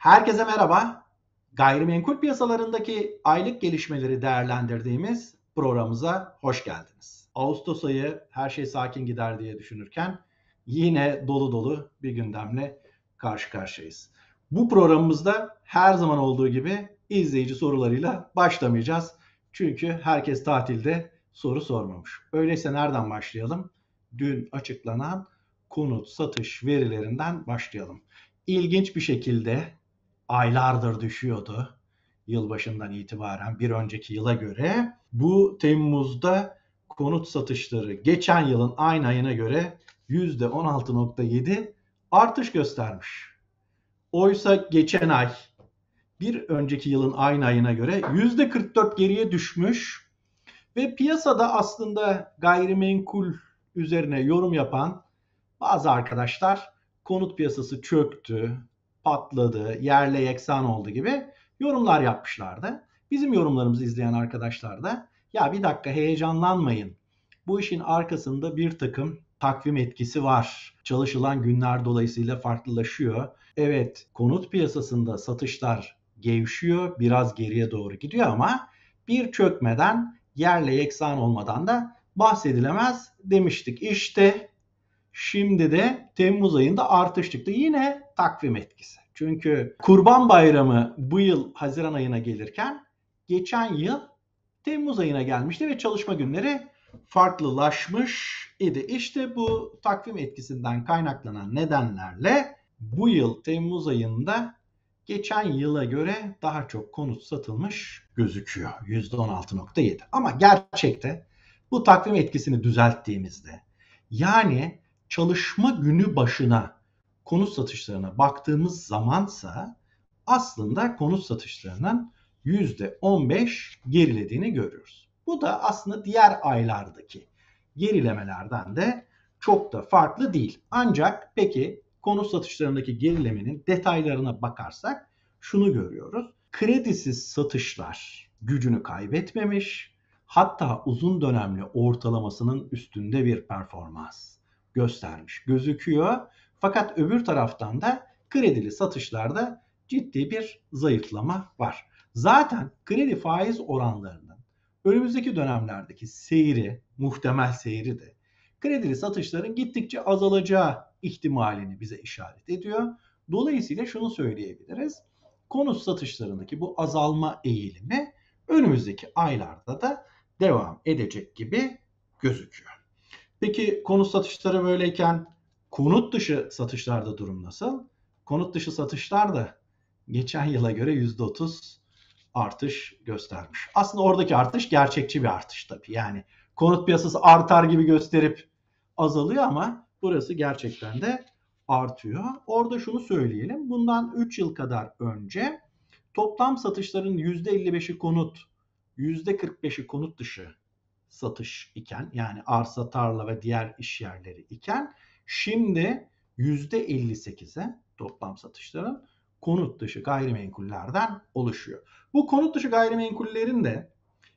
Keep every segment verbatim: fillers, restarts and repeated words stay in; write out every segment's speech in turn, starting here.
Herkese merhaba. Gayrimenkul piyasalarındaki aylık gelişmeleri değerlendirdiğimiz programımıza hoş geldiniz. Ağustos ayı her şey sakin gider diye düşünürken yine dolu dolu bir gündemle karşı karşıyayız. Bu programımızda her zaman olduğu gibi izleyici sorularıyla başlamayacağız. Çünkü herkes tatilde soru sormamış. Öyleyse nereden başlayalım? Dün açıklanan konut satış verilerinden başlayalım. İlginç bir şekilde aylardır düşüyordu yılbaşından itibaren bir önceki yıla göre. Bu Temmuz'da konut satışları geçen yılın aynı ayına göre yüzde on altı nokta yedi artış göstermiş. Oysa geçen ay bir önceki yılın aynı ayına göre yüzde kırk dört geriye düşmüş ve piyasada aslında gayrimenkul üzerine yorum yapan bazı arkadaşlar konut piyasası çöktü, patladı, yerle yeksan oldu gibi yorumlar yapmışlardı. Bizim yorumlarımızı izleyen arkadaşlar da ya bir dakika heyecanlanmayın. Bu işin arkasında bir takım takvim etkisi var. Çalışılan günler dolayısıyla farklılaşıyor. Evet, konut piyasasında satışlar gevşiyor, biraz geriye doğru gidiyor ama bir çökmeden, yerle yeksan olmadan da bahsedilemez demiştik. İşte şimdi de Temmuz ayında artış çıktı. Yine takvim etkisi. Çünkü Kurban Bayramı bu yıl Haziran ayına gelirken geçen yıl Temmuz ayına gelmişti ve çalışma günleri farklılaşmış idi. İşte bu takvim etkisinden kaynaklanan nedenlerle bu yıl Temmuz ayında geçen yıla göre daha çok konut satılmış gözüküyor. yüzde on altı nokta yedi. Ama gerçekte bu takvim etkisini düzelttiğimizde, yani çalışma günü başına konut satışlarına baktığımız zamansa aslında konut satışlarının yüzde on beş gerilediğini görüyoruz. Bu da aslında diğer aylardaki gerilemelerden de çok da farklı değil. Ancak peki konut satışlarındaki gerilemenin detaylarına bakarsak şunu görüyoruz. Kredisiz satışlar gücünü kaybetmemiş, hatta uzun dönemli ortalamasının üstünde bir performans göstermiş gözüküyor. Fakat öbür taraftan da kredili satışlarda ciddi bir zayıflama var. Zaten kredi faiz oranlarının önümüzdeki dönemlerdeki seyri, muhtemel seyri de kredili satışların gittikçe azalacağı ihtimalini bize işaret ediyor. Dolayısıyla şunu söyleyebiliriz. Konut satışlarındaki bu azalma eğilimi önümüzdeki aylarda da devam edecek gibi gözüküyor. Peki konut satışları böyleyken konut dışı satışlarda durum nasıl? Konut dışı satışlar da geçen yıla göre yüzde otuz artış göstermiş. Aslında oradaki artış gerçekçi bir artış tabii. Yani konut piyasası artar gibi gösterip azalıyor ama burası gerçekten de artıyor. Orada şunu söyleyelim. Bundan üç yıl kadar önce toplam satışların yüzde elli beşi konut, yüzde kırk beşi konut dışı satış iken, yani arsa, tarla ve diğer iş yerleri iken, şimdi yüzde elli sekize toplam satışların konut dışı gayrimenkullerden oluşuyor. Bu konut dışı gayrimenkullerin de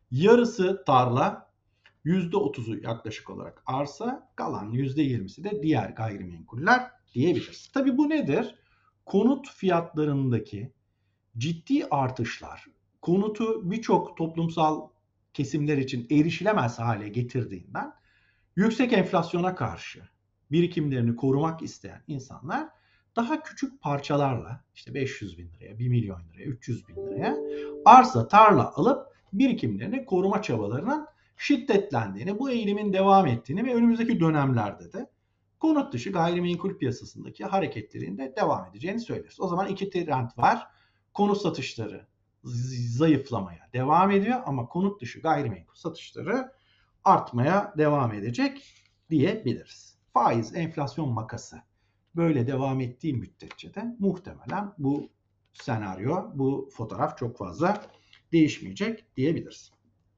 yarısı tarla, yüzde otuzu yaklaşık olarak arsa, kalan yüzde yirmisi de diğer gayrimenkuller diyebiliriz. Tabii bu nedir? Konut fiyatlarındaki ciddi artışlar konutu birçok toplumsal kesimler için erişilemez hale getirdiğinden yüksek enflasyona karşı birikimlerini korumak isteyen insanlar daha küçük parçalarla, işte beş yüz bin liraya, bir milyon liraya, üç yüz bin liraya arsa, tarla alıp birikimlerini koruma çabalarının şiddetlendiğini, bu eğilimin devam ettiğini ve önümüzdeki dönemlerde de konut dışı gayrimenkul piyasasındaki hareketlerin de devam edeceğini söyleriz. O zaman iki trend var. Konut satışları zayıflamaya devam ediyor ama konut dışı gayrimenkul satışları artmaya devam edecek diyebiliriz. Faiz enflasyon makası böyle devam ettiği müddetçe de muhtemelen bu senaryo, bu fotoğraf çok fazla değişmeyecek diyebiliriz.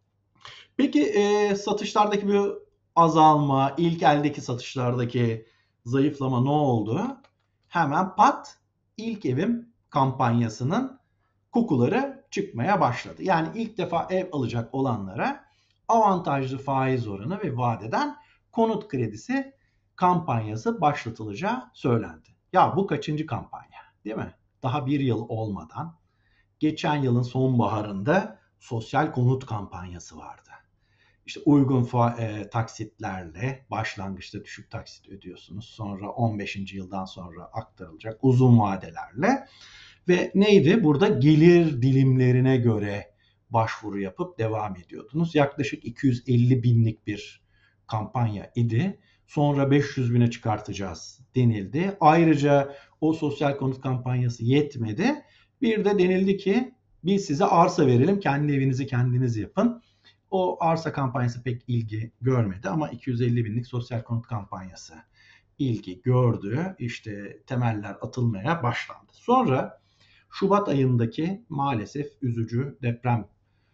Peki e, satışlardaki bir azalma, ilk eldeki satışlardaki zayıflama ne oldu? Hemen pat ilk evim kampanyasının kokuları çıkmaya başladı. Yani ilk defa ev alacak olanlara avantajlı faiz oranı ve vadeden konut kredisi kampanyası başlatılacağı söylendi. Ya bu kaçıncı kampanya, değil mi? daha bir yıl olmadan geçen yılın sonbaharında sosyal konut kampanyası vardı. İşte uygun fa- e, taksitlerle başlangıçta düşük taksit ödüyorsunuz. Sonra on beşinci yıldan sonra aktarılacak uzun vadelerle. Ve neydi? Burada gelir dilimlerine göre başvuru yapıp devam ediyordunuz. Yaklaşık iki yüz elli binlik bir kampanya idi. Sonra beş yüz bine çıkartacağız denildi. Ayrıca o sosyal konut kampanyası yetmedi. Bir de denildi ki biz size arsa verelim, kendi evinizi kendiniz yapın. O arsa kampanyası pek ilgi görmedi ama iki yüz elli binlik sosyal konut kampanyası ilgi gördü. İşte temeller atılmaya başlandı. Sonra Şubat ayındaki maalesef üzücü depremin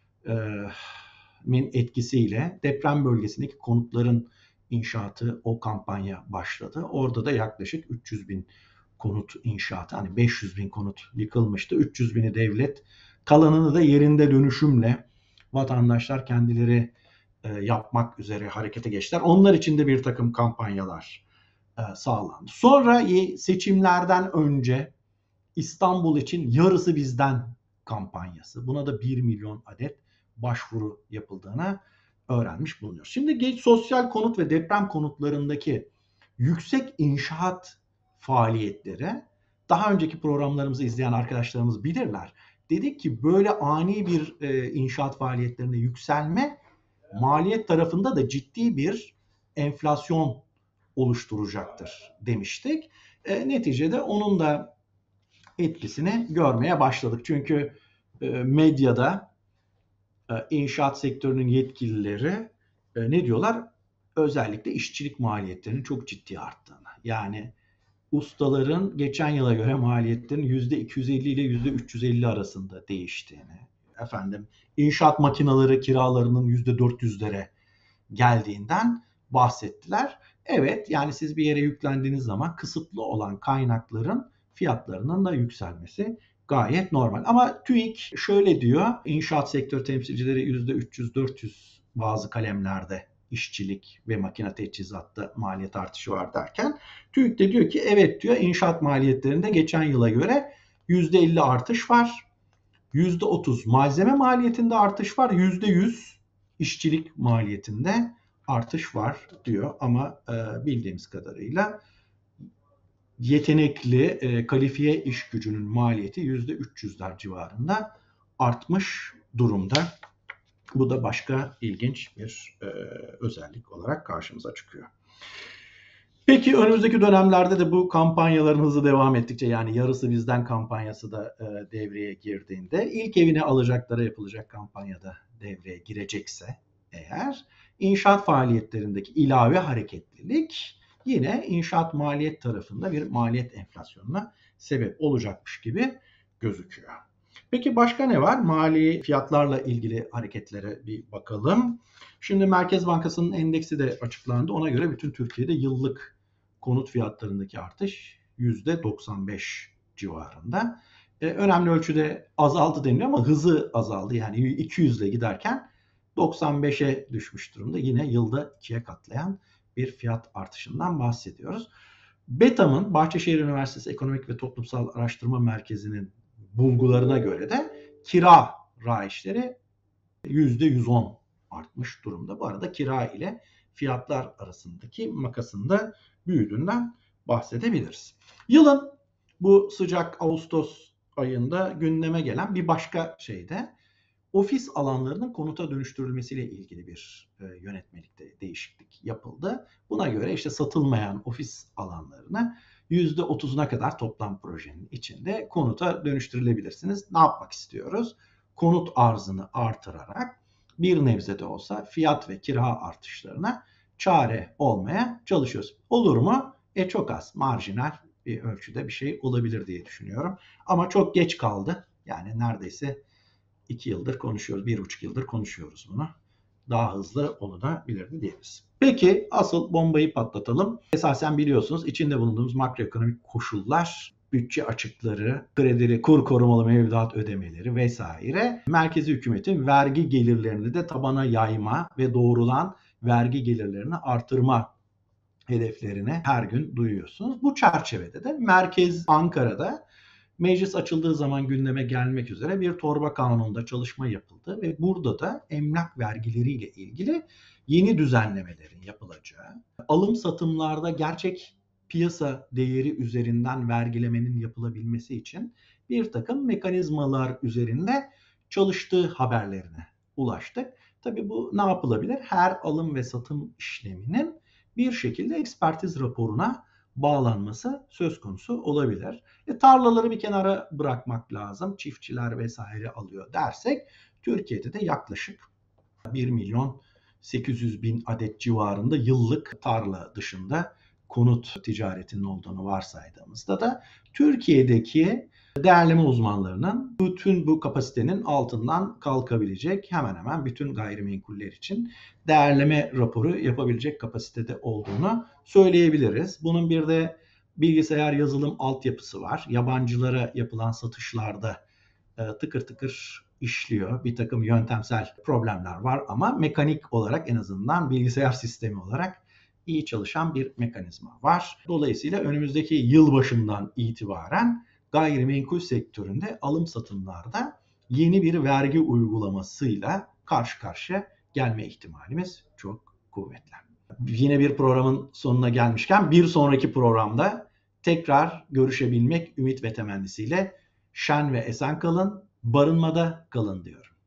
etkisiyle deprem bölgesindeki konutların inşaatı, o kampanya başladı. Orada da yaklaşık üç yüz bin konut inşaatı, hani beş yüz bin konut yıkılmıştı. üç yüz bini devlet, kalanını da yerinde dönüşümle vatandaşlar kendileri e, yapmak üzere harekete geçtiler. Onlar için de bir takım kampanyalar e, sağlandı. Sonra seçimlerden önce İstanbul için yarısı bizden kampanyası. Buna da bir milyon adet başvuru yapıldığını öğrenmiş bulunuyoruz. Şimdi geç sosyal konut ve deprem konutlarındaki yüksek inşaat faaliyetleri, daha önceki programlarımızı izleyen arkadaşlarımız bilirler. Dedik ki böyle ani bir e, inşaat faaliyetlerine yükselme maliyet tarafında da ciddi bir enflasyon oluşturacaktır demiştik. E, neticede onun da etkisini görmeye başladık. Çünkü e, medyada e, inşaat sektörünün yetkilileri e, ne diyorlar? Özellikle işçilik maliyetlerinin çok ciddi arttığını. Yani ustaların geçen yıla göre maliyetlerin yüzde iki yüz elli ile yüzde üç yüz elli arasında değiştiğini, efendim inşaat makineleri kiralarının yüzde dört yüzlere geldiğinden bahsettiler. Evet, yani siz bir yere yüklendiğiniz zaman kısıtlı olan kaynakların fiyatlarının da yükselmesi gayet normal. Ama TÜİK şöyle diyor, inşaat sektör temsilcileri yüzde üç yüz dört yüz bazı kalemlerde işçilik ve makine teçhizatta maliyet artışı var derken, TÜİK de diyor ki evet diyor, inşaat maliyetlerinde geçen yıla göre yüzde elli artış var. yüzde otuz malzeme maliyetinde artış var. yüzde yüz işçilik maliyetinde artış var diyor. Ama e, bildiğimiz kadarıyla yetenekli, e, kalifiye iş gücünün maliyeti yüzde üç yüzler civarında artmış durumda. Bu da başka ilginç bir e, özellik olarak karşımıza çıkıyor. Peki önümüzdeki dönemlerde de bu kampanyaların hızı devam ettikçe, yani yarısı bizden kampanyası da e, devreye girdiğinde, ilk evini alacaklara yapılacak kampanyada devreye girecekse eğer, inşaat faaliyetlerindeki ilave hareketlilik yine inşaat maliyet tarafında bir maliyet enflasyonuna sebep olacakmış gibi gözüküyor. Peki başka ne var? Mali fiyatlarla ilgili hareketlere bir bakalım. Şimdi Merkez Bankası'nın endeksi de açıklandı. Ona göre bütün Türkiye'de yıllık konut fiyatlarındaki artış yüzde doksan beş civarında. Ee, önemli ölçüde azaldı deniliyor ama hızı azaldı. Yani iki yüz ile giderken doksan beşe düşmüş durumda. Yine yılda ikiye katlayan bir fiyat artışından bahsediyoruz. BETAM'ın, Bahçeşehir Üniversitesi Ekonomik ve Toplumsal Araştırma Merkezi'nin bulgularına göre de kira rayişleri yüzde yüz on artmış durumda. Bu arada kira ile fiyatlar arasındaki makasın da büyüdüğünden bahsedebiliriz. Yılın bu sıcak Ağustos ayında gündeme gelen bir başka şey de ofis alanlarının konuta dönüştürülmesiyle ilgili bir e, yönetmelikte değişiklik yapıldı. Buna göre işte satılmayan ofis alanlarını yüzde otuzuna kadar toplam projenin içinde konuta dönüştürülebilirsiniz. Ne yapmak istiyoruz? Konut arzını artırarak bir nebze de olsa fiyat ve kira artışlarına çare olmaya çalışıyoruz. Olur mu? E çok az, marjinal bir ölçüde bir şey olabilir diye düşünüyorum. Ama çok geç kaldı. Yani neredeyse iki yıldır konuşuyoruz, bir buçuk yıldır konuşuyoruz bunu. Daha hızlı olabilirdi diyebiliriz. Peki asıl bombayı patlatalım. Esasen biliyorsunuz içinde bulunduğumuz makroekonomik koşullar, bütçe açıkları, kredili, kur korumalı mevduat ödemeleri vesaire, merkezi hükümetin vergi gelirlerini de tabana yayma ve doğrulan vergi gelirlerini artırma hedeflerini her gün duyuyorsunuz. Bu çerçevede de Merkez Ankara'da Meclis açıldığı zaman gündeme gelmek üzere bir torba kanununda çalışma yapıldı ve burada da emlak vergileriyle ilgili yeni düzenlemelerin yapılacağı, alım satımlarda gerçek piyasa değeri üzerinden vergilemenin yapılabilmesi için bir takım mekanizmalar üzerinde çalıştığı haberlerine ulaştık. Tabii bu ne yapılabilir? Her alım ve satım işleminin bir şekilde ekspertiz raporuna bağlanması söz konusu olabilir. E, tarlaları bir kenara bırakmak lazım. Çiftçiler vesaire alıyor dersek Türkiye'de de yaklaşık bir milyon sekiz yüz bin adet civarında yıllık tarla dışında konut ticaretinin olduğunu varsaydığımızda da Türkiye'deki değerleme uzmanlarının bütün bu kapasitenin altından kalkabilecek hemen hemen bütün gayrimenkuller için değerleme raporu yapabilecek kapasitede olduğunu söyleyebiliriz. Bunun bir de bilgisayar yazılım altyapısı var. Yabancılara yapılan satışlarda tıkır tıkır işliyor. Bir takım yöntemsel problemler var ama mekanik olarak en azından bilgisayar sistemi olarak iyi çalışan bir mekanizma var. Dolayısıyla önümüzdeki yıl başından itibaren gayrimenkul sektöründe alım satımlarda yeni bir vergi uygulamasıyla karşı karşıya gelme ihtimalimiz çok kuvvetli. Yine bir programın sonuna gelmişken bir sonraki programda tekrar görüşebilmek ümit ve temennisiyle şen ve esen kalın, barınmada kalın diyorum.